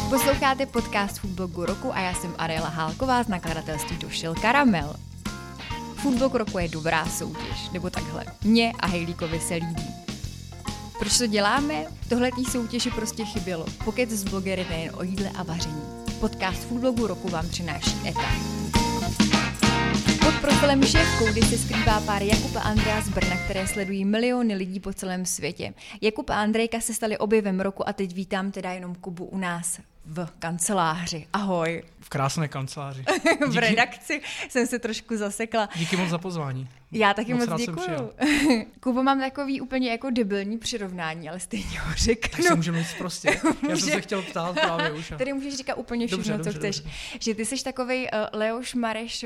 Posloucháte podcast Foodblogu roku a já jsem Ariela Hálková z nakladatelství Došel Karamel. Foodblog roku je dobrá soutěž, nebo takhle. Mně a Hejlíkovi se líbí. Proč to děláme? Tohletý soutěži prostě chybělo. Pokec s blogery nejen o jídle a vaření. Podcast Foodblogu roku vám přináší ETA. Pod profilem Šéf Koudy se skrývá pár Jakub a Andrea z Brna, které sledují miliony lidí po celém světě. Jakub a Andrejka se stali objevem roku a teď vítám teda jenom Kubu u nás v kanceláři. Ahoj. V krásné kanceláři. V redakci jsem se trošku zasekla. Díky moc za pozvání. Já taky moc děkuju. Kubo, mám takový úplně jako debilní přirovnání, ale stejně ho řeknu. Tak se můžeme jít prostě. Já jsem se chtěl ptát právě už. Tady můžeš říkat úplně všechno, dobře, co chceš. Dobře. Že ty jsi takovej Leoš Mareš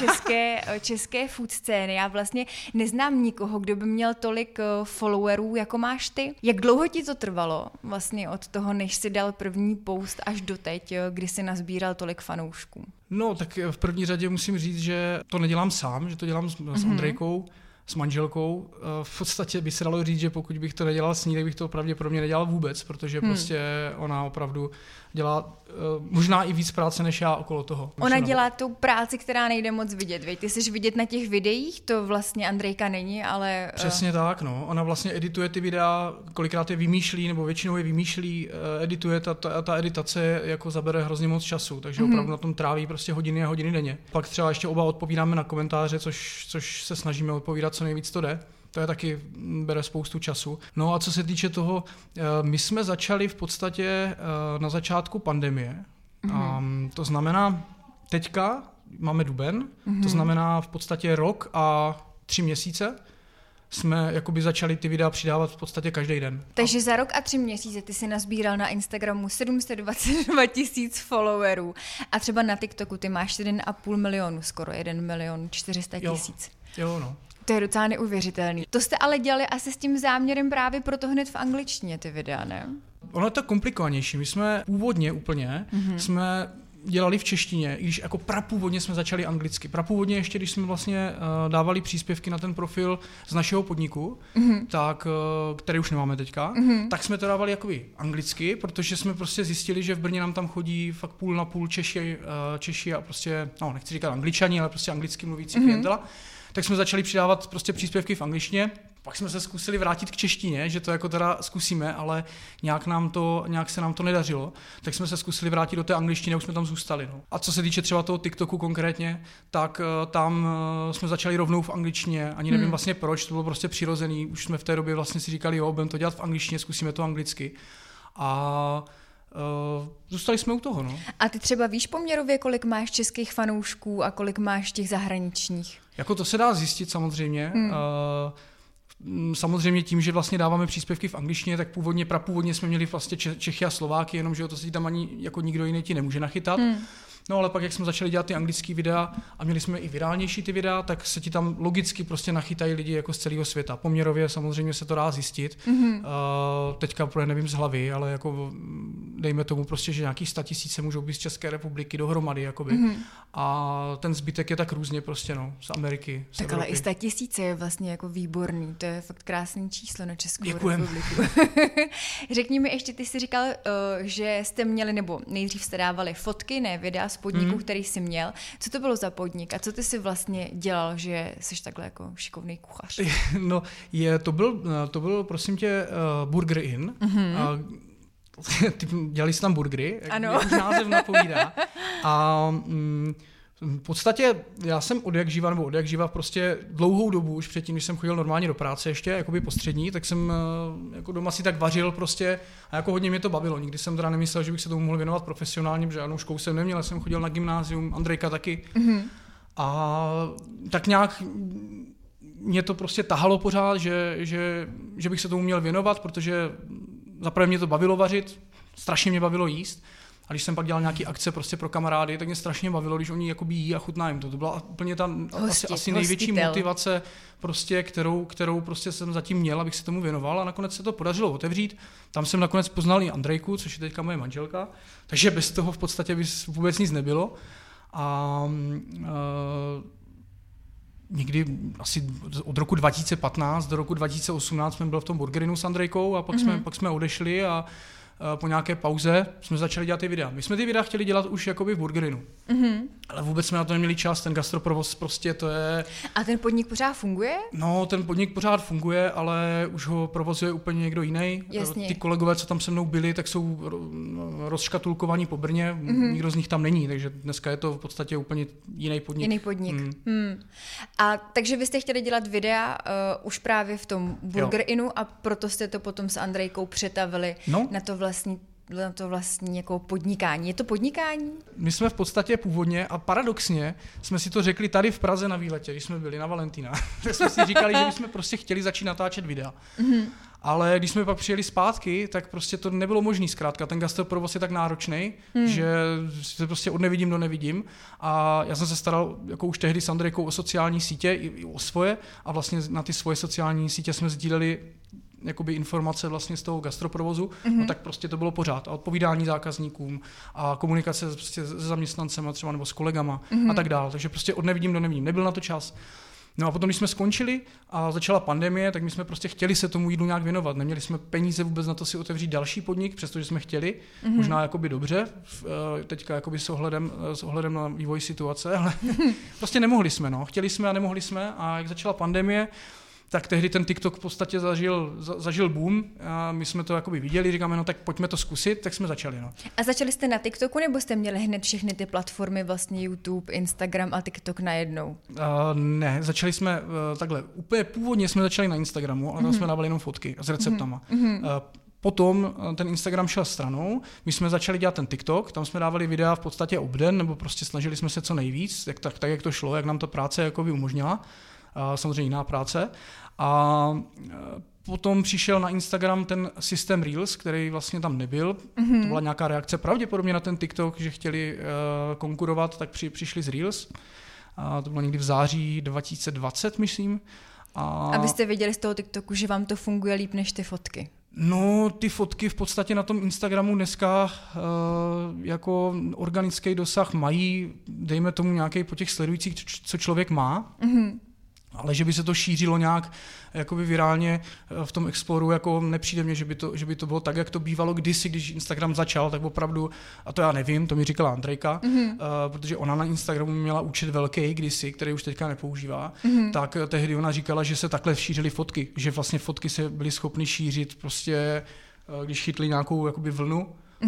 české food scény. Já vlastně neznám nikoho, kdo by měl tolik followerů, jako máš ty. Jak dlouho ti to trvalo vlastně od toho, než jsi dal první post až do teď, kdy jsi nazbíral tolik fanoušků? No, tak v první řadě musím říct, že to nedělám sám, že to dělám s Andrejkou, s manželkou. V podstatě by se dalo říct, že pokud bych to nedělal s ní, tak bych to pravděpodobně nedělal vůbec, protože prostě ona opravdu dělá možná i víc práce než já okolo toho. Ona dělá tu práci, která nejde moc vidět, veď? Ty jsi vidět na těch videích, to vlastně Andrejka není, ale... Přesně tak, no. Ona vlastně edituje ty videa, kolikrát je vymýšlí, nebo většinou je vymýšlí, edituje, ta editace jako zabere hrozně moc času, takže opravdu na tom tráví prostě hodiny a hodiny denně. Pak třeba ještě oba odpovídáme na komentáře, což se snažíme odpovídat, co nejvíc to jde. To je taky bere spoustu času. No a co se týče toho, my jsme začali v podstatě na začátku pandemie. To znamená, teďka máme duben, to znamená v podstatě rok a 3 měsíce jsme jakoby začali ty videa přidávat v podstatě každý den. Takže za rok a 3 měsíce ty si nazbíral na Instagramu 722 000 followerů a třeba na TikToku ty máš 1,5 milionu, skoro 1 400 000. Jo, no. To je docela neuvěřitelný. To jste ale dělali asi s tím záměrem právě proto hned v angličtině ty videa, ne? Ono je to komplikovanější. My jsme původně úplně, jsme dělali v češtině, i když jako prapůvodně jsme začali anglicky. Prapůvodně ještě, když jsme vlastně dávali příspěvky na ten profil z našeho podniku, tak, který už nemáme teďka, tak jsme to dávali jakoby anglicky, protože jsme prostě zjistili, že v Brně nám tam chodí fakt půl na půl Češi a prostě, no nechci říkat Angličani, ale prostě anglicky mluvící klientela. Tak jsme začali přidávat prostě příspěvky v angličtině. Pak jsme se zkusili vrátit k češtině, že to jako teda zkusíme, ale nějak se nám to nedařilo. Tak jsme se zkusili vrátit do té angličtiny a už jsme tam zůstali. No. A co se týče třeba toho TikToku konkrétně, tak tam jsme začali rovnou v angličtině. Ani nevím vlastně proč, to bylo prostě přirozený. Už jsme v té době vlastně si říkali, jo, budeme to dělat v angličtině, zkusíme to anglicky. A zůstali jsme u toho. No. A ty třeba víš poměrově, kolik máš českých fanoušků a kolik máš těch zahraničních? Jako to se dá zjistit samozřejmě. Samozřejmě tím, že vlastně dáváme příspěvky v angličtině, tak prapůvodně jsme měli vlastně Čechy a Slováky, jenomže to si tam ani jako nikdo jiný ti nemůže nachytat. No ale pak, jak jsme začali dělat ty anglické videa a měli jsme i virálnější ty videa, tak se ti tam logicky prostě nachytají lidi jako z celého světa. Poměrově samozřejmě se to dá zjistit. Teďka nevím z hlavy, ale jako dejme tomu prostě, že nějaký 100 000 můžou být z České republiky dohromady, jakoby. A ten zbytek je tak různě prostě, no, z Ameriky, z tak Evropy. Ale i 100 000 je vlastně jako výborný, to je fakt krásný číslo na Českou republiku. Řekni mi ještě, ty jsi říkal, že jste měli, nebo nejdřív jste dávali fotky, ne videa z podniku, který jsi měl. Co to bylo za podnik a co ty jsi vlastně dělal, že jsi takhle jako šikovný kuchař? No, to byl prosím tě Burger Inn. Dělali jsi tam burgery, jak už název napovídá. A v podstatě já jsem od jak živa prostě dlouhou dobu, už předtím, když jsem chodil normálně do práce ještě, jakoby postřední, tak jsem jako doma si tak vařil prostě a jako hodně mě to bavilo. Nikdy jsem teda nemyslel, že bych se tomu mohl věnovat profesionálně, protože žádnou školu jsem neměl, jsem chodil na gymnázium, Andrejka taky. A tak nějak mě to prostě tahalo pořád, že bych se tomu měl věnovat, protože zaprvé mě to bavilo vařit, strašně mě bavilo jíst. A když jsem pak dělal nějaký akce prostě pro kamarády, tak mě strašně bavilo, když oni jakoby jí a chutná jim to. To byla úplně ta asi největší motivace, prostě, kterou prostě jsem zatím měl, abych se tomu věnoval, a nakonec se to podařilo otevřít. Tam jsem nakonec poznal i Andrejku, což je teďka moje manželka, takže bez toho v podstatě by vůbec nic nebylo. A někdy asi od roku 2015 do roku 2018 jsme byli v tom Burgerinu s Andrejkou a pak jsme odešli a po nějaké pauze jsme začali dělat ty videa. My jsme ty videa chtěli dělat už jakoby v Burgerinu. Ale vůbec jsme na to neměli čas, ten gastroprovoz prostě to je... A ten podnik pořád funguje? No, ten podnik pořád funguje, ale už ho provozuje úplně někdo jiný. Jasně. Ty kolegové, co tam se mnou byli, tak jsou rozškatulkovaní po Brně, nikdo z nich tam není, takže dneska je to v podstatě úplně jiný podnik. Jiný podnik. A takže vy jste chtěli dělat videa už právě v tom Burgerinu a proto jste to potom s Andrejkou přetavili na to vlastní jako podnikání. Je to podnikání? My jsme v podstatě původně a paradoxně jsme si to řekli tady v Praze na výletě, když jsme byli na Valentína. Tak jsme si říkali, že bychom prostě chtěli začít natáčet videa. Ale když jsme pak přijeli zpátky, tak prostě to nebylo možné zkrátka. Ten gastroprovoz je tak náročný, že se prostě od nevidím do nevidím. A já jsem se staral jako už tehdy s Andrejkou o sociální sítě i o svoje a vlastně na ty svoje sociální sítě jsme sdíleli jakoby informace vlastně z toho gastroprovozu, no tak prostě to bylo pořád. A odpovídání zákazníkům a komunikace prostě s zaměstnancema třeba nebo s kolegama a tak dále. Takže prostě od nevidím do nevidím. Nebyl na to čas. No a potom, když jsme skončili a začala pandemie, tak my jsme prostě chtěli se tomu jídlu nějak věnovat. Neměli jsme peníze vůbec na to si otevřít další podnik, přestože jsme chtěli. Možná jakoby dobře, teďka jakoby s ohledem na vývoj situace, ale prostě nemohli jsme. No. Chtěli jsme a nemohli jsme a jak začala pandemie, tak tehdy ten TikTok v podstatě zažil boom a my jsme to jakoby viděli, říkáme, no tak pojďme to zkusit, tak jsme začali. No. A začali jste na TikToku, nebo jste měli hned všechny ty platformy, vlastně YouTube, Instagram a TikTok najednou? Ne, začali jsme takhle, úplně původně jsme začali na Instagramu a tam jsme dávali jenom fotky s receptama. Potom ten Instagram šel stranou, my jsme začali dělat ten TikTok, tam jsme dávali videa v podstatě obden, nebo prostě snažili jsme se co nejvíc, tak jak to šlo, jak nám to práce jakoby umožnila. Samozřejmě jiná práce. A potom přišel na Instagram ten systém Reels, který vlastně tam nebyl. To byla nějaká reakce pravděpodobně na ten TikTok, že chtěli konkurovat, tak přišli z Reels. A to bylo někdy v září 2020, myslím. A vy jste věděli z toho TikToku, že vám to funguje líp než ty fotky? No, ty fotky v podstatě na tom Instagramu dneska jako organický dosah mají, dejme tomu nějaký po těch sledujících, co člověk má. Ale že by se to šířilo nějak jakoby virálně v tom Exploru, jako nepřijde mně, že by to bylo tak, jak to bývalo kdysi, když Instagram začal, tak opravdu, a to já nevím, to mi říkala Andrejka, protože ona na Instagramu měla účet velký kdysi, který už teďka nepoužívá, tak tehdy ona říkala, že se takhle šířily fotky, že vlastně fotky se byly schopny šířit prostě, když chytli nějakou jakoby vlnu,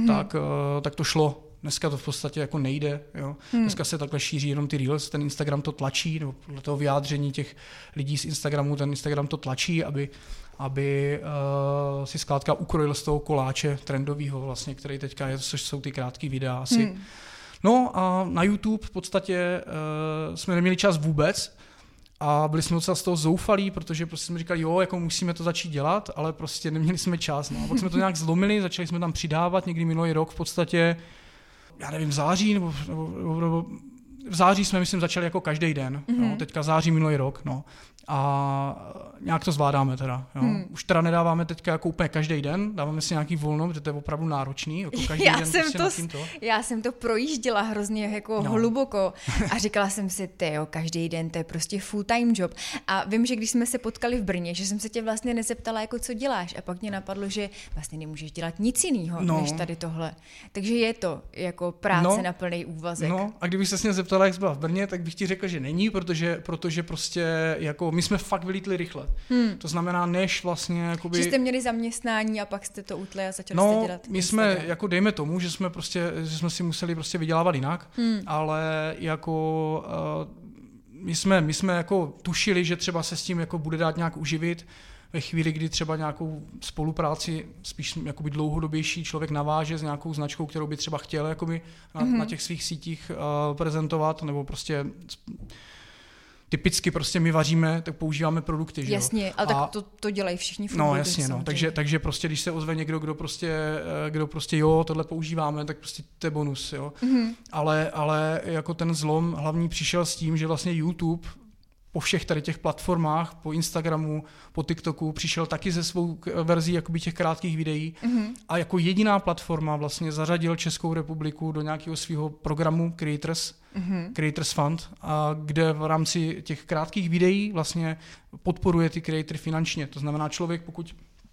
tak to šlo. Dneska to v podstatě jako nejde. Jo. Dneska se takhle šíří jenom ty Reels, ten Instagram to tlačí, nebo podle toho vyjádření těch lidí z Instagramu, ten Instagram to tlačí, aby si zkrátka ukrojil z toho koláče trendového, vlastně, který teďka je, což jsou ty krátké videa asi. No a na YouTube v podstatě jsme neměli čas vůbec, a byli jsme docela z toho zoufalí, protože prostě jsme říkali, jo, jako musíme to začít dělat, ale prostě neměli jsme čas. No. A pak jsme to nějak zlomili, začali jsme tam přidávat někdy minulý rok v podstatě, já nevím, v září, nebo v září jsme, myslím, začali jako každý den. No, teďka září minulý rok, no. A nějak to zvládáme teda. Jo. Už teda nedáváme teďka jako úplně každý den, dáváme si nějaký volno, protože to je opravdu náročný. Jako každý den prostě já jsem to projížděla hrozně jako hluboko a říkala jsem si, každý den to je prostě full time job. A vím, že když jsme se potkali v Brně, že jsem se tě vlastně nezeptala, jako co děláš, a pak mě napadlo, že vlastně nemůžeš dělat nic jiného, než tady tohle. Takže je to jako práce na plný úvazek. No, a kdybych se s mě zeptala, jak jsi byla v Brně, tak bych ti řekl, že není, protože prostě jako my jsme fakt vylítli rychle. To znamená, než vlastně jakoby... Že jste měli zaměstnání a pak jste to utli a začali jste dělat my jsme, jako dejme tomu, že jsme si museli prostě vydělávat jinak, ale jako my jsme jako tušili, že třeba se s tím jako bude dát nějak uživit ve chvíli, kdy třeba nějakou spolupráci spíš jakoby dlouhodobější člověk naváže s nějakou značkou, kterou by třeba chtěl jakoby na těch svých sítích prezentovat, nebo prostě typicky prostě my vaříme, tak používáme produkty, že jo? Jasně, ale tak to dělají všichni foodblogeři. No jasně, no. Takže prostě když se ozve někdo, kdo prostě jo, tohle používáme, tak prostě to je bonus, jo. Ale jako ten zlom hlavní přišel s tím, že vlastně YouTube po všech tady těch platformách, po Instagramu, po TikToku, přišel taky ze svou verzí jakoby těch krátkých videí a jako jediná platforma vlastně zařadil Českou republiku do nějakého svého programu Creators Fund, a kde v rámci těch krátkých videí vlastně podporuje ty creatory finančně. To znamená, člověk, pokud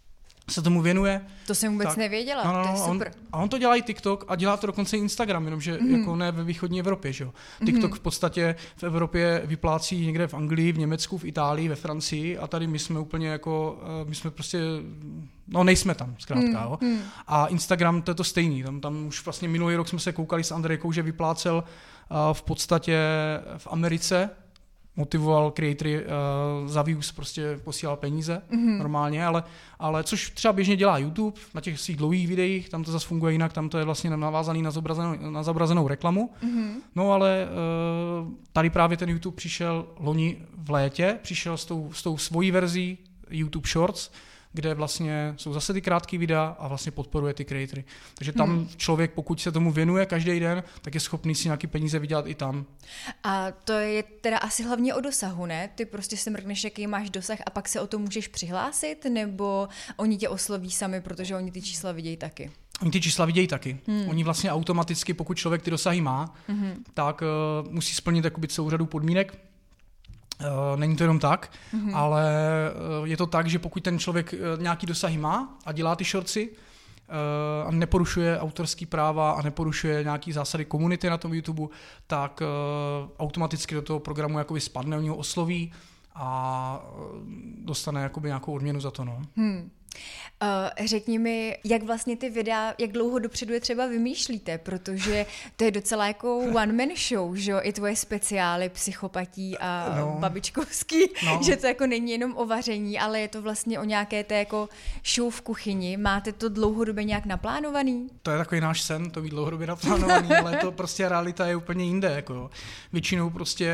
se tomu věnuje. To jsem vůbec nevěděla, to je super. A on to dělá i TikTok a dělá to dokonce i Instagram, jenomže jako ne ve východní Evropě, že jo. TikTok v podstatě v Evropě vyplácí někde v Anglii, v Německu, v Itálii, ve Francii a tady my jsme úplně jako, my jsme prostě, nejsme tam zkrátka, jo. A Instagram to je to stejný, tam už vlastně minulý rok jsme se koukali s Andrejkou, že vyplácel v podstatě v Americe, motivoval creatory za views, prostě posílal peníze normálně, ale což třeba běžně dělá YouTube na těch svých dlouhých videích, tam to zase funguje jinak, tam to je vlastně navázaný na zobrazenou reklamu. No ale tady právě ten YouTube přišel loni v létě, přišel s tou svojí verzí YouTube Shorts, kde vlastně jsou zase ty krátké videa a vlastně podporuje ty creatory. Takže tam člověk, pokud se tomu věnuje každý den, tak je schopný si nějaký peníze vydělat i tam. A to je teda asi hlavně o dosahu, ne? Ty prostě se mrkneš, jaký máš dosah a pak se o to můžeš přihlásit, nebo oni tě osloví sami, protože oni ty čísla vidějí taky? Oni ty čísla vidějí taky. Oni vlastně automaticky, pokud člověk ty dosahy má, tak musí splnit jakoby celou řadu podmínek. Není to jenom tak, ale je to tak, že pokud ten člověk nějaký dosahy má a dělá ty shortsy a neporušuje autorský práva a neporušuje nějaký zásady komunity na tom YouTube, tak automaticky do toho programu jakoby spadne, oni ho osloví a dostane jakoby nějakou odměnu za to. No. Řekni mi, jak vlastně ty videa, jak dlouho dopředu je třeba vymýšlíte, protože to je docela jako one-man show, že jo, i tvoje speciály, psychopatí a babičkovský, že to jako není jenom o vaření, ale je to vlastně o nějaké té jako show v kuchyni. Máte to dlouhodobě nějak naplánovaný? To je takový náš sen, to být dlouhodobě naplánovaný, ale to prostě realita je úplně jinde, jako jo. Většinou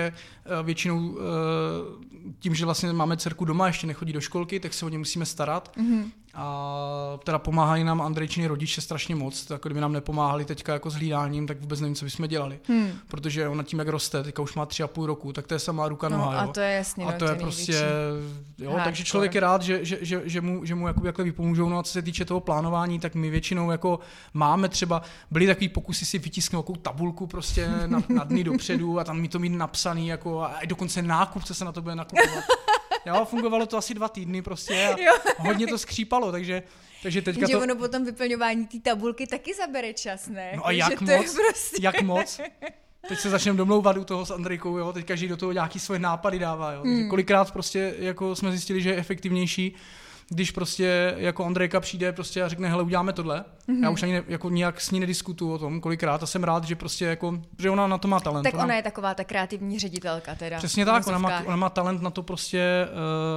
tím, že vlastně máme dcerku doma, ještě nechodí do školky, tak se o ně musíme starat. A teda pomáhají nám Andrejčiny rodiče strašně moc, tak kdyby nám nepomáhali teďka jako s hlídáním, tak vůbec nevím, co bychom dělali. Protože ona tím, jak roste, teďka už má 3,5 roku, tak to je samá ruka noha. A to je jasně. A to je prostě, takže člověk je rád, že mu jakhle vypomůžou. No a co se týče toho plánování, tak my většinou jako máme třeba, byly takový pokusy si vytisknout takovou tabulku prostě na dny dopředu a tam mi to mít napsaný jako a dokonce nákup, co se na to bude nakupovat. Jo, fungovalo to asi 2 týdny prostě a hodně to skřípalo, takže teďka to... ono potom vyplňování té tabulky taky zabere čas, ne? No a jak moc? Prostě... Jak moc? Teď se začneme domlouvat u toho s Andrejkou, jo, teď každý do toho nějaký svoje nápady dává, jo. Kolikrát prostě jako jsme zjistili, že je efektivnější, když prostě jako Andrejka přijde prostě a řekne, hele, uděláme tohle. Já už ani jako nijak s ní nediskutuju o tom, kolikrát, a jsem rád, že prostě jako, že ona na to má talent. Tak ona je taková ta kreativní ředitelka teda. Přesně tak, ona má talent na to prostě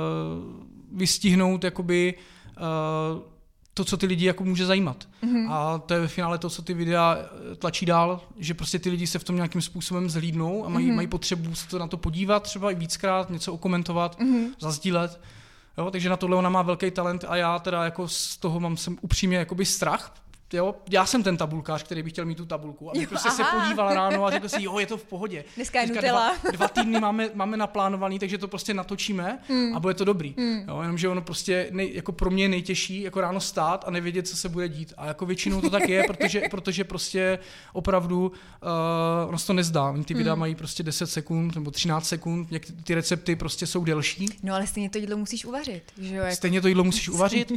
vystihnout jakoby to, co ty lidi jako může zajímat. A to je ve finále to, co ty videa tlačí dál, že prostě ty lidi se v tom nějakým způsobem zhlídnou a mají potřebu se to na to podívat, třeba i víckrát, něco okomentovat, zazdílet. Jo, takže na tohle ona má velký talent a já teda jako z toho jsem upřímně jakoby strach. Jo, já jsem ten tabulkář, který by chtěl mít tu tabulku, aby prostě se podíval ráno a řekl si, je to v pohodě. Dneska je Nutella. 2 týdny máme naplánovaný, takže to prostě natočíme a bude to dobrý. Jo, jenomže ono prostě jako pro mě je nejtěžší jako ráno stát a nevědět, co se bude dít. A jako většinou to tak je, protože prostě opravdu ono se to nezdá. Ty videa mají prostě 10 sekund nebo 13 sekund, ty recepty prostě jsou delší. No ale stejně to jídlo musíš uvařit, že jo? Stejně to jídlo musíš uvařit.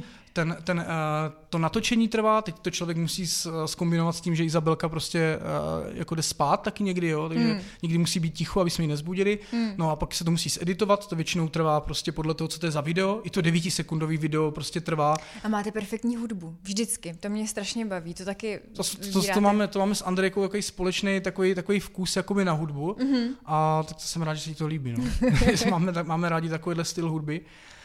To natočení trvá, teď to člověk musí zkombinovat s tím, že Izabelka prostě jako jde spát taky někdy, jo, takže někdy musí být ticho, aby jsme ji nezbudili, no a pak se to musí zeditovat, to většinou trvá prostě podle toho, co to je za video, i to 9sekundový video prostě trvá. A máte perfektní hudbu, vždycky, to mě strašně baví, to taky to máme s Andrejkou takový společný takový vkus jakoby na hudbu a tak jsem rád, že se jí to líbí, no. máme rádi takovýhle styl hudby.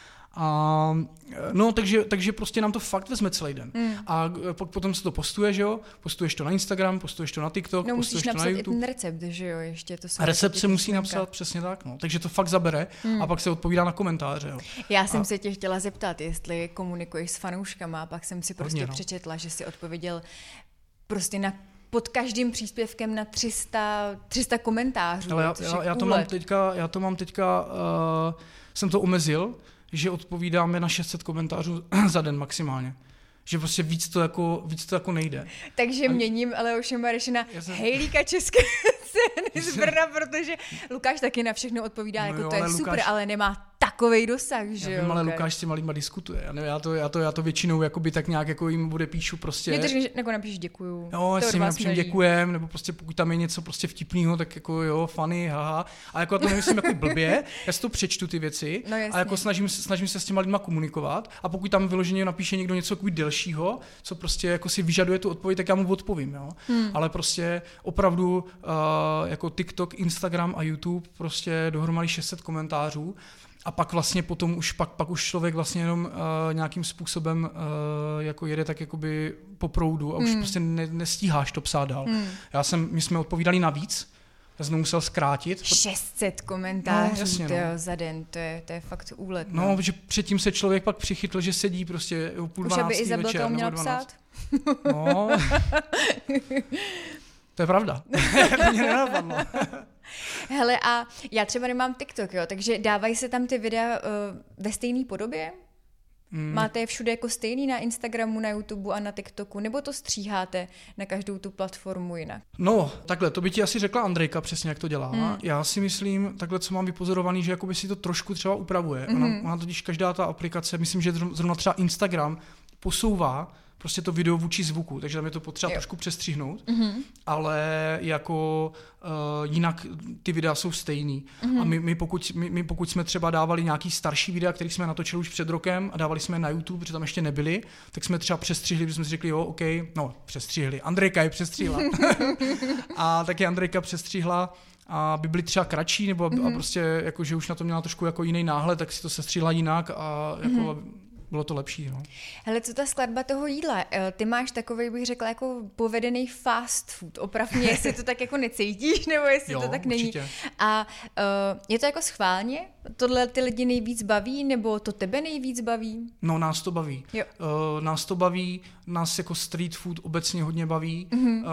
No, takže prostě nám to fakt vezme celý den. A potom se to postuje, že jo? Postuješ to na Instagram, postuješ to na TikTok, postuješ to na YouTube. Musíš napsat i ten recept, že jo? Ještě to recept se musí napsat, přesně tak, no. Takže to fakt zabere a pak se odpovídá na komentáře, jo. Já jsem se tě chtěla zeptat, jestli komunikuješ s fanouškama, a pak jsem si prostě přečetla, že si odpověděl prostě pod každým příspěvkem na 300 komentářů. Ale já to mám teďka, jsem to omezil, že odpovídáme na 600 komentářů za den maximálně. Že prostě víc to jako nejde. Takže měním Leoše Mareše na hejlíka české scény z Brna, protože Lukáš taky na všechno odpovídá, to je super, ale nemá tak takovej dosah, že jo? Ale Lukáš s těma lidma diskutuje. Já to většinou jakoby tak nějak jako jim bude píšu prostě. Mě to jako napíš děkuju. Jo, jestli napíšem děkujem, nebo prostě pokud tam je něco prostě vtipného, tak jako jo, funny, haha. A jako já to nemyslím jako blbě, já si to přečtu ty věci a jako snažím se s těma lidma komunikovat a pokud tam vyloženě napíše někdo něco jako delšího, co prostě jako si vyžaduje tu odpověď, tak já mu odpovím, jo. Ale prostě opravdu jako TikTok, Instagram a YouTube prostě dohromady 600 komentářů a pak vlastně potom pak už člověk vlastně jenom nějakým způsobem jako jede tak jakoby po proudu a už prostě nestíháš to psát dál. My jsme odpovídali navíc, já jsem to musel zkrátit. 600 komentářů za den, to je fakt úlet. No, protože předtím se člověk pak přichytl, že sedí prostě o 11:30 večer. Už aby Izabel to měla psát? No, to je pravda. To mě nenapadlo. Hele, a já třeba nemám TikTok, jo, takže dávají se tam ty videa ve stejné podobě? Máte je všude jako stejný na Instagramu, na YouTube a na TikToku, nebo to stříháte na každou tu platformu jinak? No, takhle, to by ti asi řekla Andrejka přesně, jak to dělá. Já si myslím, takhle, co mám vypozorovaný, že jakoby si to trošku třeba upravuje. Ona totiž každá ta aplikace, myslím, že zrovna třeba Instagram posouvá prostě to video vůči zvuku, takže tam je to potřeba trošku přestřihnout, ale jako jinak ty videa jsou stejný. A my pokud jsme třeba dávali nějaký starší videa, který jsme natočili už před rokem a dávali jsme na YouTube, protože tam ještě nebyli, tak jsme třeba přestřihli, protože jsme si řekli, jo, OK, no, přestřihli. Andrejka je přestřihla. A taky Andrejka přestřihla, aby byly třeba kratší, nebo a prostě jako, že už na to měla trošku jako jiný náhled, tak si to sestřihla jinak a jako bylo to lepší. No. Hele, co ta skladba toho jídla? Ty máš takový, bych řekla, jako povedený fast food. Opravdu, jestli to tak jako necítíš, nebo jestli to tak není. Určitě. A je to jako schválně? Tohle ty lidi nejvíc baví, nebo to tebe nejvíc baví? No, nás to baví. Nás to baví, nás jako street food obecně hodně baví.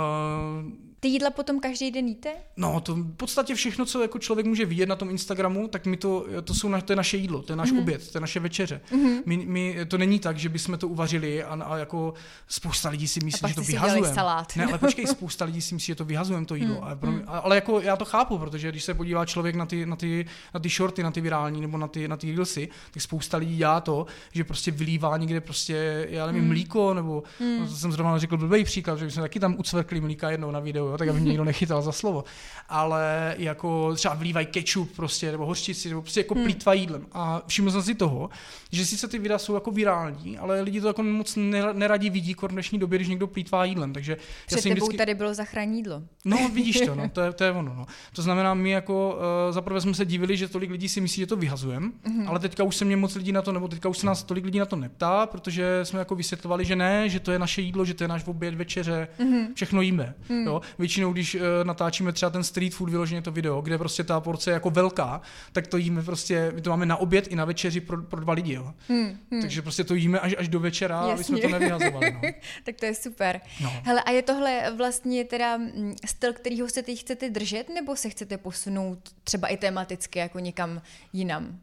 Ty jídla potom každý den jíte? No, to v podstatě všechno, co jako člověk může vidět na tom Instagramu, tak to je naše jídlo, to je náš oběd, to je naše večeře. To není tak, že bychom to uvařili a jako spousta lidí si myslí, že to vyhazujeme. salát. Ne, ale počkej, spousta lidí si myslí, že to vyhazujeme to jídlo. Ale jako já to chápu, protože když se podívá člověk na ty shorty, na ty virální nebo na ty reelsy, tak spousta lidí dělá to, že prostě vylívá někde prostě, já nevím, mlíko, nebo to jsem zrovna řekl blbý příklad, že jsme taky tam ucvrkli mlíka jednou na videu, jo, tak aby mě někdo nechytal za slovo. Ale jako třeba vlívají kečup prostě, nebo hořčici, nebo prostě jako plýtvají jídlem. A všiml jsem si toho, že sice ty videa jsou jako virální, ale lidi to jako moc neradí vidí v dnešní době, když někdo plýtvá jídlem. Takže před tebou tady bylo zachrání jídlo. No, vidíš to, no, to je ono. No. To znamená, my jako zaprvé jsme se divili, že tolik lidí si myslí, že to vyhazujeme, ale teďka už se mě moc lidí na to, nebo teďka už se nás tolik lidí na to neptá, protože jsme jako vysvětlovali, že ne, že to je naše jídlo, že to je náš oběd, večeře, všechno jíme. Jo? Většinou, když natáčíme třeba ten street food, vyloženě to video, kde prostě ta porce je jako velká, tak to jíme prostě, my to máme na oběd i na večeři pro 2 lidi. Jo? Takže prostě to jíme až do večera, aby jsme to nevyhazovali. No. Tak to je super. No. Hele, a je tohle vlastně teda styl, kterýho se teď chcete držet, nebo se chcete posunout třeba i tematicky jako někam jinam?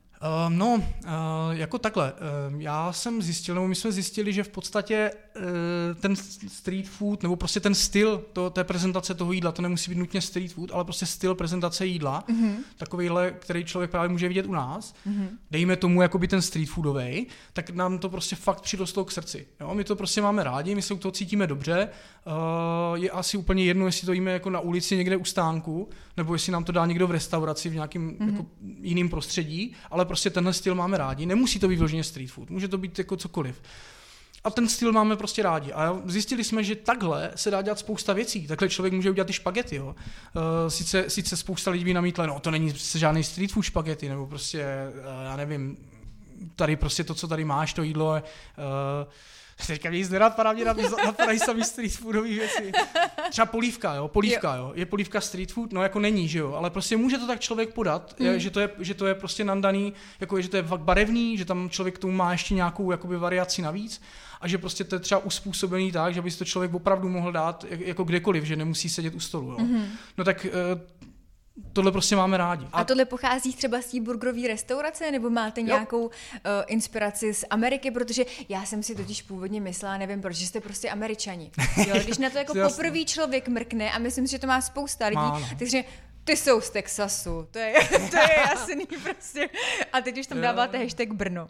Jako takhle. Já jsem zjistil, nebo my jsme zjistili, že v podstatě ten street food, nebo prostě ten styl té prezentace toho jídla, to nemusí být nutně street food, ale prostě styl prezentace jídla, takovýhle, který člověk právě může vidět u nás, dejme tomu jakoby ten street foodovej, tak nám to prostě fakt přirostlo k srdci. Jo? My to prostě máme rádi, my se u toho cítíme dobře, je asi úplně jedno, jestli to jíme jako na ulici někde u stánku, nebo jestli nám to dá někdo v restauraci v nějakém jako jiném prostředí, ale prostě tenhle styl máme rádi. Nemusí to být vloženě street food, může to být jako cokoliv. A ten styl máme prostě rádi. A zjistili jsme, že takhle se dá dělat spousta věcí. Takhle člověk může udělat i špagety. Jo. Sice spousta lidí by namítla, no to není žádný street food špagety, nebo prostě, já nevím, tady prostě to, co tady máš, to jídlo, teďka mě nic nenapadá, mě napadají sami street foodový věci. Třeba polívka, jo. Je polívka street food? No jako není, že jo, ale prostě může to tak člověk podat, že to je prostě nandaný, jako že to je fakt barevný, že tam člověk k tomu má ještě nějakou jakoby variaci navíc a že prostě to je třeba uspůsobený tak, že by si to člověk opravdu mohl dát jako kdekoliv, že nemusí sedět u stolu. Jo. No tak tohle prostě máme rádi. A tohle pochází třeba z té burgerové restaurace, nebo máte nějakou inspiraci z Ameriky, protože já jsem si totiž původně myslela, nevím proč, že jste prostě Američani. Jo, když na to jako poprvý člověk mrkne a myslím si, že to má spousta lidí, takže ty jsou z Texasu, to je jasný prostě. A teď už tam dáváte hashtag Brno.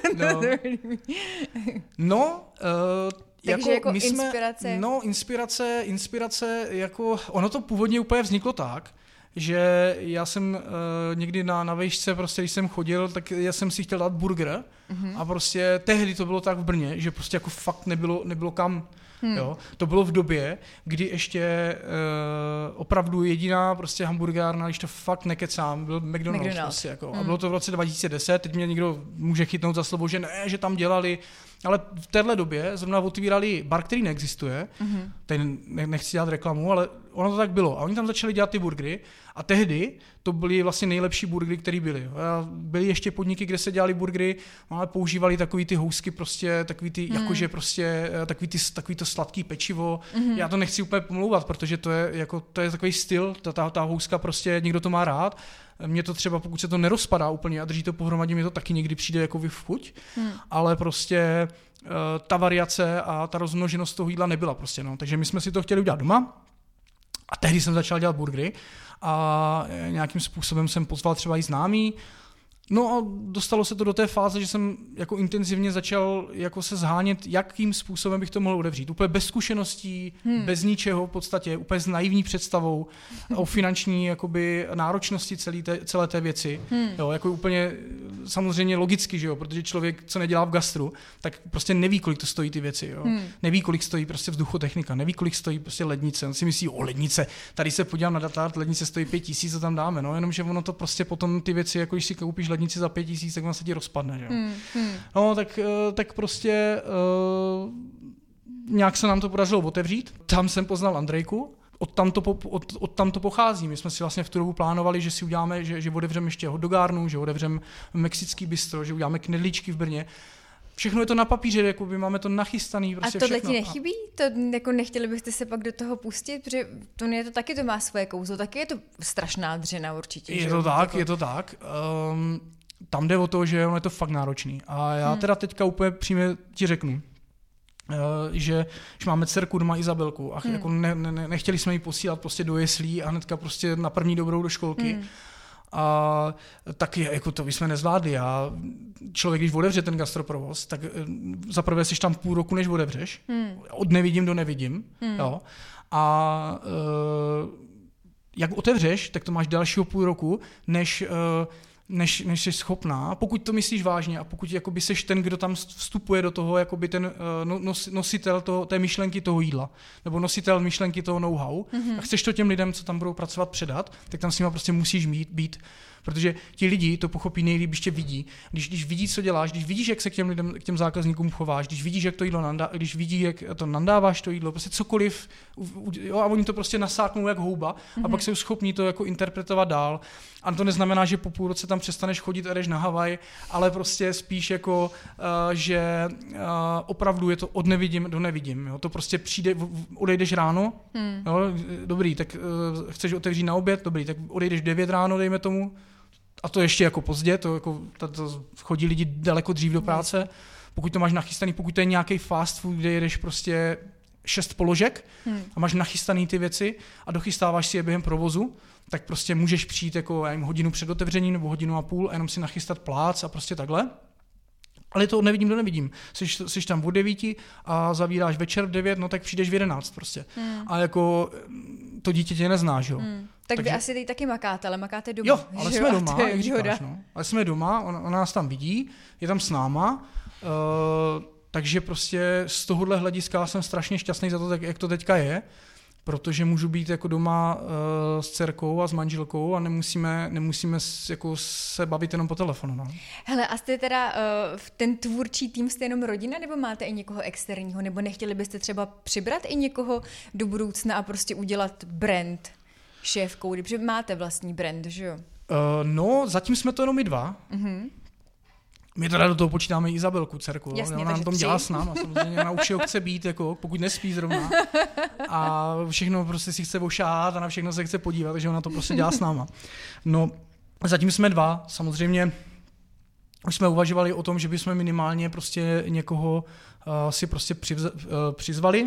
Takže jako inspirace. Inspirace, jako ono to původně úplně vzniklo tak, že já jsem někdy na vejšce, prostě když jsem chodil, tak já jsem si chtěl dát burger a prostě tehdy to bylo tak v Brně, že prostě jako fakt nebylo kam. Jo? To bylo v době, kdy ještě opravdu jediná prostě hamburgárna, když to fakt nekecám, byl McDonald's. Prostě, jako. A bylo to v roce 2010, teď mě někdo může chytnout za slovo, že ne, že tam dělali, ale v téhle době zrovna otvírali bar, který neexistuje, tady nechci dělat reklamu, ale ono to tak bylo. A oni tam začali dělat ty burgery a tehdy to byly vlastně nejlepší burgery, které byly. Byly ještě podniky, kde se dělali burgery, ale používali takový ty housky, prostě takový ty, jakože prostě takový to sladký pečivo. Já to nechci úplně pomlouvat, protože to je takový styl, ta houska prostě, někdo to má rád. Mně to třeba, pokud se to nerozpadá úplně a drží to pohromadě, mi to taky někdy přijde jako v chuť, ale prostě ta variace a ta rozmnoženost toho jídla nebyla prostě, no. Takže my jsme si to chtěli udělat doma a tehdy jsem začal dělat burgery a nějakým způsobem jsem pozval třeba i známý. No a dostalo se to do té fáze, že jsem jako intenzivně začal jako se zhánět, jakým způsobem bych to mohl otevřít. Úplně bez zkušeností, bez ničeho v podstatě, úplně s naivní představou o finanční jakoby náročnosti celé té věci. Jo, jako úplně samozřejmě logicky, že jo, protože člověk, co nedělá v gastru, tak prostě neví, kolik to stojí ty věci. Jo. Neví, kolik stojí prostě vzduchotechnika, neví, kolik stojí prostě lednice. On si myslí, lednice, tady se podívám na data, lednice stojí 5 000, co tam dáme, no, jenomže ono to prostě potom ty věci, jako když si koupíš lednici za 5 000, tak ona se ti rozpadne, že jo. No, tak prostě nějak se nám to podařilo otevřít. Tam jsem poznal Andrejku, odtam to pochází. My jsme si vlastně v tu dobu plánovali, že si uděláme, že otevřeme ještě hotdogárnu, že otevřeme mexický bistro, že uděláme knedlíčky v Brně. Všechno je to na papíře, jako by máme to nachystaný. Prostě a tohle všechno. Ti nechybí? To jako nechtěli byste se pak do toho pustit? Protože to taky to má svoje kouzlo, taky je to strašná dřina určitě. Je to tak. Tam jde o to, že ono je to fakt náročný. A já teda teďka úplně přímě ti řeknu, že máme dcerku doma Izabelku a jako nechtěli jsme ji posílat prostě do jeslí a hnedka prostě na první dobrou do školky. A tak jako to bychom nezvládli. A člověk, když otevře ten gastroprovoz, tak zaprvé jsi tam půl roku, než otevřeš. Od nevidím do nevidím. Jo. A jak otevřeš, tak to máš dalšího půl roku, než jsi schopná, pokud to myslíš vážně a pokud jakoby seš ten, kdo tam vstupuje do toho, jakoby ten nositel té myšlenky toho jídla, nebo nositel myšlenky toho know-how, a chceš to těm lidem, co tam budou pracovat, předat, tak tam s nima prostě musíš být, protože ti lidi to pochopí nejlíp, když tě vidí. Když vidí, co děláš, když vidíš, jak se k těm zákazníkům chováš, když vidíš, jak to jídlo když vidí, jak to nandáváš to jídlo, prostě cokoliv, jo, a oni to prostě nasáknou jak houba a pak jsou schopní to jako interpretovat dál. A to neznamená, že po půl roce tam přestaneš chodit a jdeš na Havaj, ale prostě spíš jako, že opravdu je to od nevidím do nevidím. Jo. To prostě přijde, odejdeš ráno, jo, dobrý, tak chceš otevřít na oběd, dobrý, tak odejdeš v 9 ráno, dejme tomu, a to ještě jako pozdě, to chodí lidi daleko dřív do práce, pokud to máš nachystaný, pokud to je nějaký fast food, kde jedeš prostě 6 položek a máš nachystaný ty věci a dochystáváš si je během provozu, tak prostě můžeš přijít jako hodinu před otevřením nebo hodinu a půl a jenom si nachystat plác a prostě takhle. Ale to nevidím, to nevidím. Jsi tam od 9 a zavíráš večer v 9, no tak přijdeš v 11 prostě. A jako to dítě tě neznáš, jo. Tak vy asi teď taky makáte, ale makáte doma. Jo, ale jsme doma, jak říkáš, no. Ale jsme doma, ona nás tam vidí, je tam s náma, takže prostě z tohohle hlediska jsem strašně šťastný za to, tak, jak to teďka je, protože můžu být jako doma s dcerkou a s manželkou a nemusíme jako se bavit jenom po telefonu. No. Hele, a jste teda ten tvůrčí tým, jste jenom rodina, nebo máte i někoho externího, nebo nechtěli byste třeba přibrat i někoho do budoucna a prostě udělat brand šéfkou, protože máte vlastní brand, že jo? No, zatím jsme to jenom my dva. My teda do toho počítáme Izabelku, dcerku. Jasně, ona na tom dělá s náma, samozřejmě na určitě chce být, jako, pokud nespí zrovna. A všechno prostě si chce ošát a na všechno se chce podívat, takže ona to prostě dělá s náma. No, zatím jsme dva, samozřejmě už jsme uvažovali o tom, že bychom minimálně prostě někoho si prostě přizvali,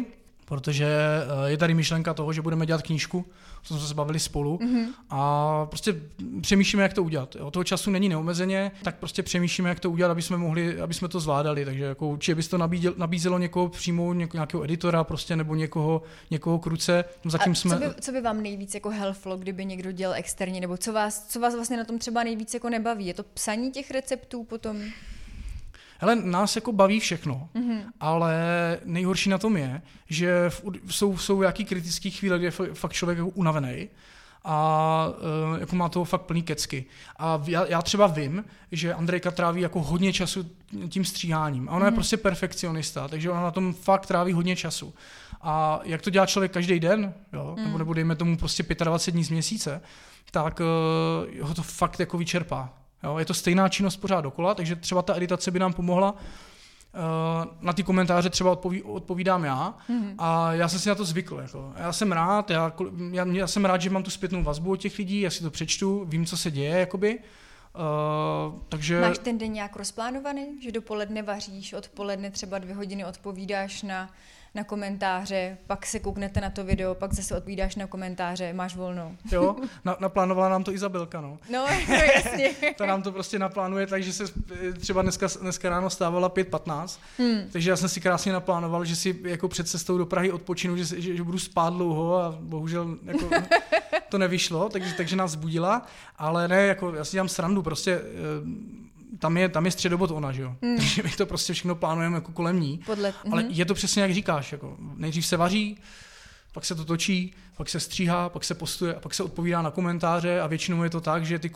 protože je tady myšlenka toho, že budeme dělat knížku, o tom jsme se bavili spolu a prostě přemýšlíme, jak to udělat. Jo. Toho času není neomezeně, tak prostě přemýšlíme, jak to udělat, aby jsme to zvládali. Takže jako určitě bys to nabízelo někoho přímo, nějakého editora prostě, nebo někoho kruce. Zatím co by vám nejvíc jako helpflo, kdyby někdo dělal externě, nebo co vás vlastně na tom třeba nejvíc jako nebaví? Je to psaní těch receptů potom? Hele, nás jako baví všechno, ale nejhorší na tom je, že jsou nějaký kritický chvíle, kdy je fakt člověk jako unavený a jako má toho fakt plný kecky. A já třeba vím, že Andrejka tráví jako hodně času tím stříháním. A ona je prostě perfekcionista, takže ona na tom fakt tráví hodně času. A jak to dělá člověk každý den, jo? Nebo dejme tomu prostě 25 dní z měsíce, tak ho to fakt jako vyčerpá. Jo, je to stejná činnost pořád dokola, takže třeba ta editace by nám pomohla. Na ty komentáře třeba odpovídám já a já jsem si na to zvykl. Jako. Já jsem rád, že mám tu zpětnou vazbu od těch lidí, já si to přečtu, vím, co se děje, jakoby. Takže... Máš ten den nějak rozplánovaný, že dopoledne vaříš, odpoledne třeba 2 hodiny odpovídáš na komentáře, pak se kouknete na to video, pak zase odpovídáš na komentáře, máš volno. Jo, naplánovala nám to Izabelka, no. No, jasně. Ta nám to prostě naplánuje, takže se třeba dneska ráno stávala 5:15, takže já jsem si krásně naplánoval, že si jako před cestou do Prahy odpočinu, že budu spát dlouho a bohužel jako to nevyšlo, takže nás budila, ale ne, jako já si dělám srandu, prostě tam je středobod ona, že jo. Takže my to prostě všechno plánujeme jako kolem ní. Ale je to přesně jak říkáš, jako nejdřív se vaří, pak se to točí, pak se stříhá, pak se postuje a pak se odpovídá na komentáře a většinou je to tak, že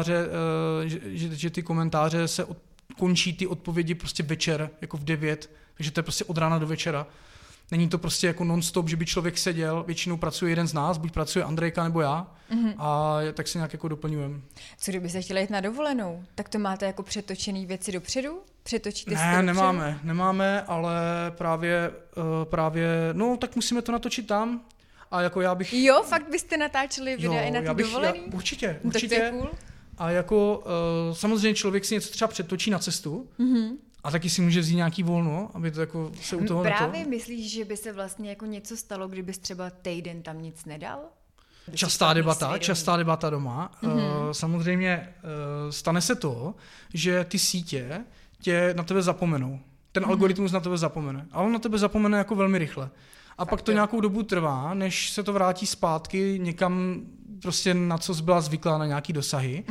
ty komentáře se končí ty odpovědi prostě večer, jako v 9, takže to je prostě od rána do večera. Není to prostě jako non-stop, že by člověk seděl, většinou pracuje jeden z nás, buď pracuje Andrejka nebo já, a tak se nějak jako doplňujeme. Co kdyby se chtěli jít na dovolenou? Tak to máte jako přetočený věci dopředu? Přetočíte si to nemáme, ale právě, no tak musíme to natočit tam. A jako já bych... Jo, fakt byste natáčeli videa i na ty dovolený? Určitě. Tak to je cool. A jako samozřejmě člověk si něco třeba přetočí na cestu, a taky si může vzít nějaký volno, aby to jako se u toho... Právě myslíš, že by se vlastně jako něco stalo, kdybys třeba týden tam nic nedal? Častá debata doma. Samozřejmě stane se to, že ty sítě tě na tebe zapomenou. Ten algoritmus na tebe zapomene. A on na tebe zapomene jako velmi rychle. A pak to nějakou dobu trvá, než se to vrátí zpátky někam prostě na co jsi byla zvyklá, na nějaký dosahy.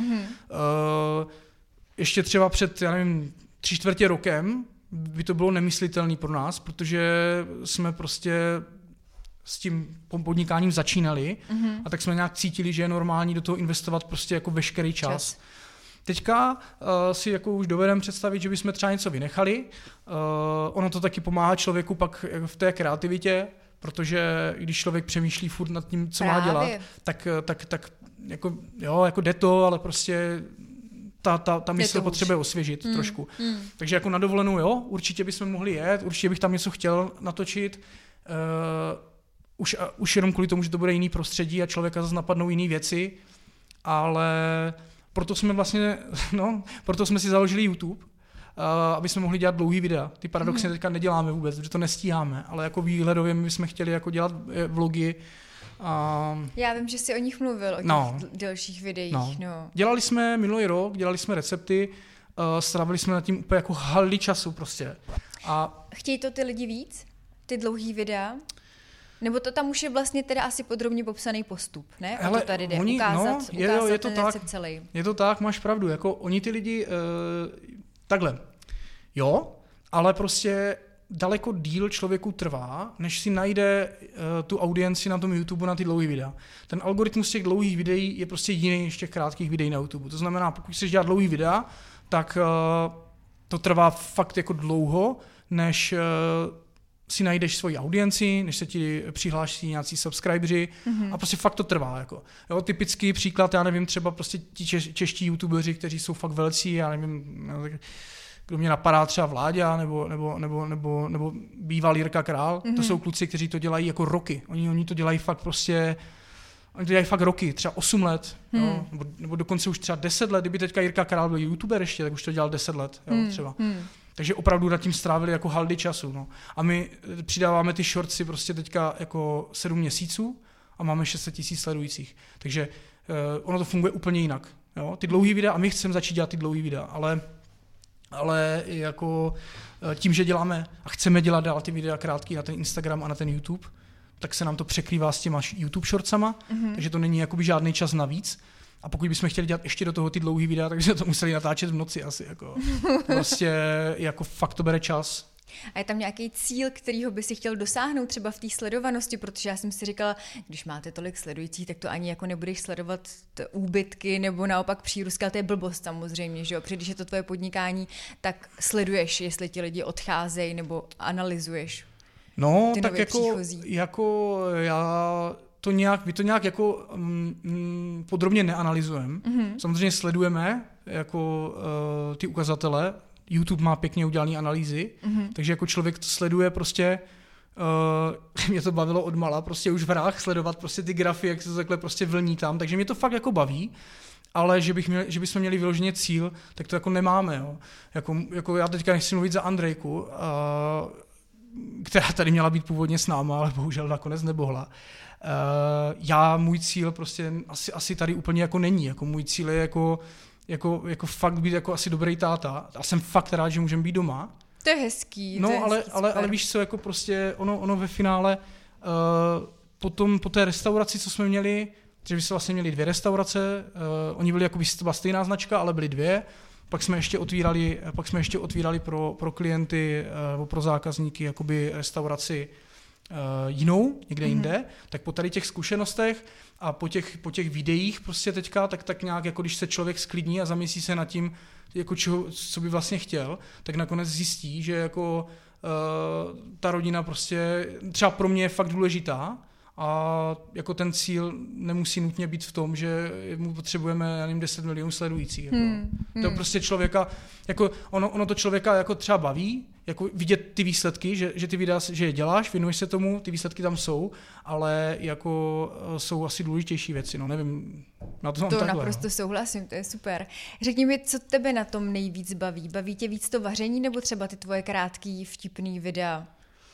Ještě třeba před, já nevím, 3/4 rokem by to bylo nemyslitelné pro nás, protože jsme prostě s tím podnikáním začínali a tak jsme nějak cítili, že je normální do toho investovat prostě jako veškerý čas. Teďka si jako už dovedeme představit, že bychom třeba něco vynechali. Ono to taky pomáhá člověku pak v té kreativitě, protože když člověk přemýšlí furt nad tím, co má dělat, tak jako, jo, jako jde to, ale prostě ta mysl potřebuje osvěžit trošku. Takže jako na dovolenou, jo, určitě bychom mohli jet, určitě bych tam něco chtěl natočit, už jenom kvůli tomu, že to bude jiný prostředí a člověka zase napadnou jiný věci, ale proto jsme si založili YouTube, aby jsme mohli dělat dlouhý videa. Ty paradoxně teďka neděláme vůbec, protože to nestíháme, ale jako výhledově my jsme chtěli jako dělat vlogy. Já vím, že jsi o nich mluvil, o těch delších videích. No. Dělali jsme minulý rok, dělali jsme recepty, strávili jsme nad tím úplně jako haldy času prostě. Chtějí to ty lidi víc? Ty dlouhý videa? Nebo to tam už je vlastně teda asi podrobně popsaný postup, ne? O to tady jde ukázat ten recept celý. Je to tak, máš pravdu. Jako oni ty lidi, takhle, jo, ale prostě daleko díl člověku trvá, než si najde tu audienci na tom YouTube na ty dlouhý videa. Ten algoritmus těch dlouhých videí je prostě jiný než těch krátkých videí na YouTube. To znamená, pokud chceš dělat dlouhý videa, tak to trvá fakt jako dlouho, než si najdeš svoji audienci, než se ti přihlásí nějací subscriberi a prostě fakt to trvá. Jako. Jo, typický příklad, já nevím, třeba prostě ti čeští youtubeři, kteří jsou fakt velcí, já nevím, kdo mě napadá, třeba Vláďa nebo bývalý Jirka Král, to jsou kluci, kteří to dělají jako roky. Oni to dělají fakt prostě, oni to dělají fakt roky, třeba 8 let, jo, nebo dokonce už třeba 10 let, kdyby teďka Jirka Král byl youtuber ještě, tak už to dělal 10 let, jo, třeba. Takže opravdu nad tím strávili jako haldy času. No. A my přidáváme ty shortsy prostě teďka jako 7 měsíců a máme 600 000 sledujících. Takže ono to funguje úplně jinak. Jo? Ty dlouhý videa, a my chceme začít dělat ty dlouhý videa, ale jako tím, že děláme a chceme dělat dál ty videa krátký na ten Instagram a na ten YouTube, tak se nám to překrývá s těma YouTube shortsama, takže to není jakoby žádný čas navíc. A pokud bychom chtěli dělat ještě do toho ty dlouhý videa, tak bychom to museli natáčet v noci asi. Jako. Prostě jako fakt to bere čas. A je tam nějaký cíl, kterýho by si chtěl dosáhnout třeba v té sledovanosti, protože já jsem si říkala, když máte tolik sledujících, tak to ani jako nebudeš sledovat úbytky nebo naopak přírůstky, ale to je blbost samozřejmě, že jo? Protože když je to tvoje podnikání, tak sleduješ, jestli ti lidi odcházejí nebo analyzuješ. No, tak jako já my to nějak jako podrobně neanalyzujeme. Samozřejmě sledujeme jako ty ukazatele. YouTube má pěkně udělané analýzy, takže jako člověk to sleduje prostě, mě to bavilo odmala, prostě už v hrách sledovat prostě ty grafy, jak se to takhle prostě vlní tam, takže mě to fakt jako baví, ale že bychom měli vyloženě cíl, tak to jako nemáme. Jo. Jako já teďka nechci mluvit za Andrejku, která tady měla být původně s náma, ale bohužel nakonec nemohla. Můj cíl prostě asi tady úplně jako není. Jako můj cíl je jako fakt být jako asi dobrý táta. A jsem fakt rád, že můžeme být doma. To je hezký. No, ale víš co, jako prostě ono ve finále po té restauraci, co jsme měli, že by se vlastně měli 2 restaurace, oni byli jako byla stejná značka, ale byly 2. Pak jsme ještě otvírali pro klienty nebo pro zákazníky jakoby restauraci jinou, někde jinde, tak po tady těch zkušenostech a po těch videích prostě teďka, tak nějak jako když se člověk sklidní a zamyslí se nad tím, jako co by vlastně chtěl, tak nakonec zjistí, že jako ta rodina prostě třeba pro mě je fakt důležitá a jako ten cíl nemusí nutně být v tom, že mu potřebujeme, já nevím, 10 milionů sledujících. Jako. To prostě člověka, jako ono to člověka jako třeba baví, jako vidět ty výsledky, že ty videa, že je děláš, věnuješ se tomu, ty výsledky tam jsou, ale jako jsou asi důležitější věci, no nevím, na to mám takhle. To naprosto souhlasím, to je super. Řekni mi, co tebe na tom nejvíc baví? Baví tě víc to vaření nebo třeba ty tvoje krátký vtipný videa?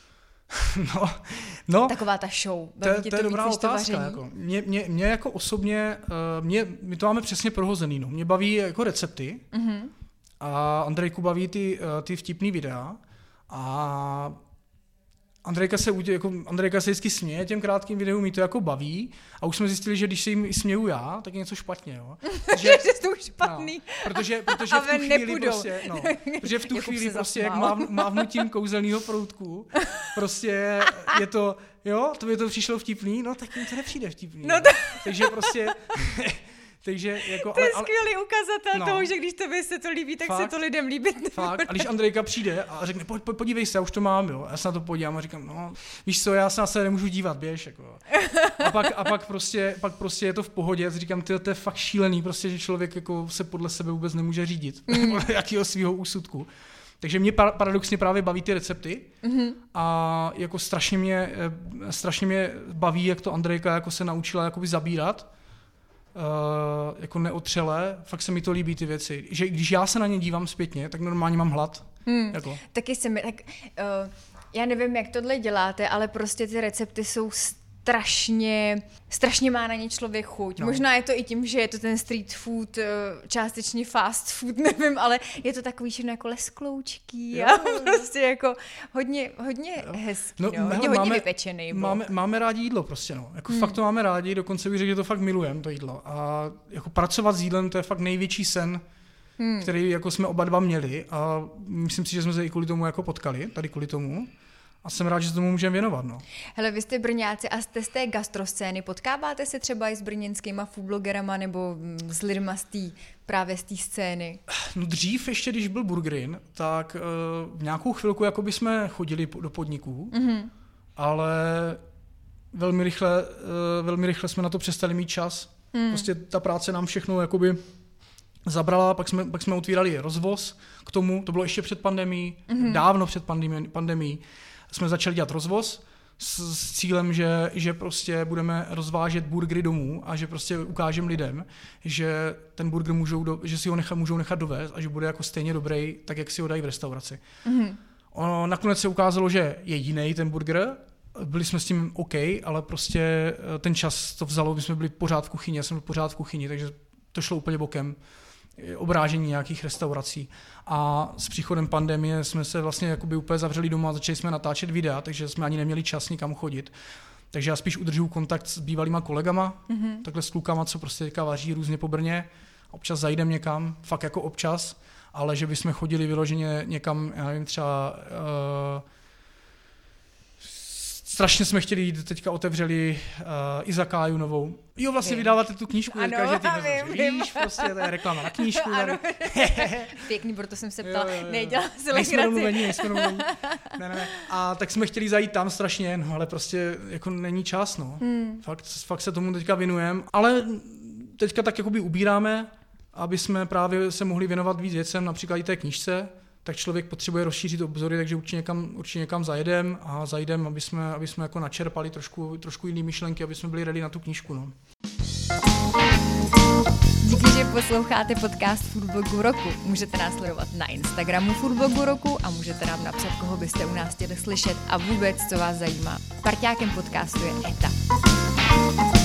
No, taková ta show. To je dobrá otázka. Jako. Mě jako osobně, my to máme přesně prohozený. No. Mě baví jako recepty a Andrejku baví ty vtipný videa a Andrejka se vždycky směje těm krátkým videům, mi to jako baví a už jsme zjistili, že když se jim směju já, tak je něco špatně. Jo. Že jsou špatný. No, protože v tu chvíli prostě jak mávnutím kouzelného proutku, prostě je to, jo, to by to přišlo vtipný, no tak jim to nepřijde vtipný. No to... Takže prostě... Takže jako, to je skvělý ukazatel toho, že když tobě se to líbí, tak fakt, se to lidem líbit nebude. Fakt. A když Andrejka přijde a řekne, podívej se, já už to mám, jo. Já se na to podívám a říkám, no, víš co, já se na sebe nemůžu dívat, běž, jako. A pak prostě je to v pohodě, a říkám, to je fakt šílený, prostě, že člověk jako se podle sebe vůbec nemůže řídit, podle jakého svého úsudku. Takže mě paradoxně právě baví ty recepty a jako strašně mě baví, jak to Andrejka jako se naučila jakoby zabírat. Jako neotřele, fakt se mi to líbí ty věci. Že když já se na ně dívám zpětně, tak normálně mám hlad. Jako. Taky se mi, já nevím, jak tohle děláte, ale prostě ty recepty jsou strašně má na ně člověk chuť. No. Možná je to i tím, že je to ten street food, částečně fast food, nevím, ale je to takový všechno jako leskloučky a prostě jako hodně hezký, hodně vypečený. Máme rádi jídlo prostě, no. Jako fakt to máme rádi, dokonce bych řekl, že to fakt milujeme, to jídlo. A jako pracovat s jídlem, to je fakt největší sen, který jako jsme oba dva měli a myslím si, že jsme se i kvůli tomu jako potkali, tady kvůli tomu. A jsem rád, že se tomu můžeme věnovat. No. Hele, vy jste Brňáci a jste z té gastroscény. Potkáváte se třeba i s brněnskýma foodblogerama nebo s lidma právě z té scény? No dřív ještě, když byl Burgerin, tak v nějakou chvilku jako by jsme chodili do podniků, ale velmi rychle jsme na to přestali mít čas. Prostě ta práce nám všechno jakoby zabrala, pak jsme otvírali rozvoz k tomu, to bylo ještě před pandemií, dávno před pandemií. Jsme začali dělat rozvoz, s cílem, že prostě budeme rozvážet burgery domů a že prostě ukážeme lidem, že ten burger že si ho můžou nechat dovést a že bude jako stejně dobrý, tak jak si ho dají v restauraci. Mm-hmm. Ono nakonec se ukázalo, že je jiný ten burger, byli jsme s tím OK, ale prostě ten čas to vzalo, my jsme byli pořád v kuchyni, já jsem byl pořád v kuchyni, takže to šlo úplně bokem. Obrážení nějakých restaurací. A s příchodem pandemie jsme se vlastně jakoby úplně zavřeli doma a začali jsme natáčet videa, takže jsme ani neměli čas nikam chodit. Takže já spíš udržuju kontakt s bývalýma kolegama, takhle s klukama, co prostě teďka vaří různě po Brně. Občas zajdem někam, fakt jako občas, ale že bychom chodili vyloženě někam, já nevím, třeba strašně jsme chtěli jít, teďka otevřeli Izakáju novou. Jo, vlastně vydáváte tu knížku, ano, víš, prostě to je reklama na knížku. Pěkný, proto jsem se ptala, nedělala si Nejsme domluvení. Ne. A tak jsme chtěli zajít tam strašně, no, ale prostě jako není čas, no. Fakt se tomu teďka věnujeme, ale teďka tak jakoby ubíráme, aby jsme právě se mohli věnovat víc věcem, například i té knížce, tak člověk potřebuje rozšířit obzory, takže určitě někam zajedem, aby jsme jako načerpali trošku jiný myšlenky, aby jsme byli ready na tu knížku. No. Díky, že posloucháte podcast Foodblogu roku. Můžete nás sledovat na Instagramu Foodblogu roku a můžete nám napsat, koho byste u nás chtěli slyšet a vůbec, co vás zajímá. Parťákem podcastu je Eta.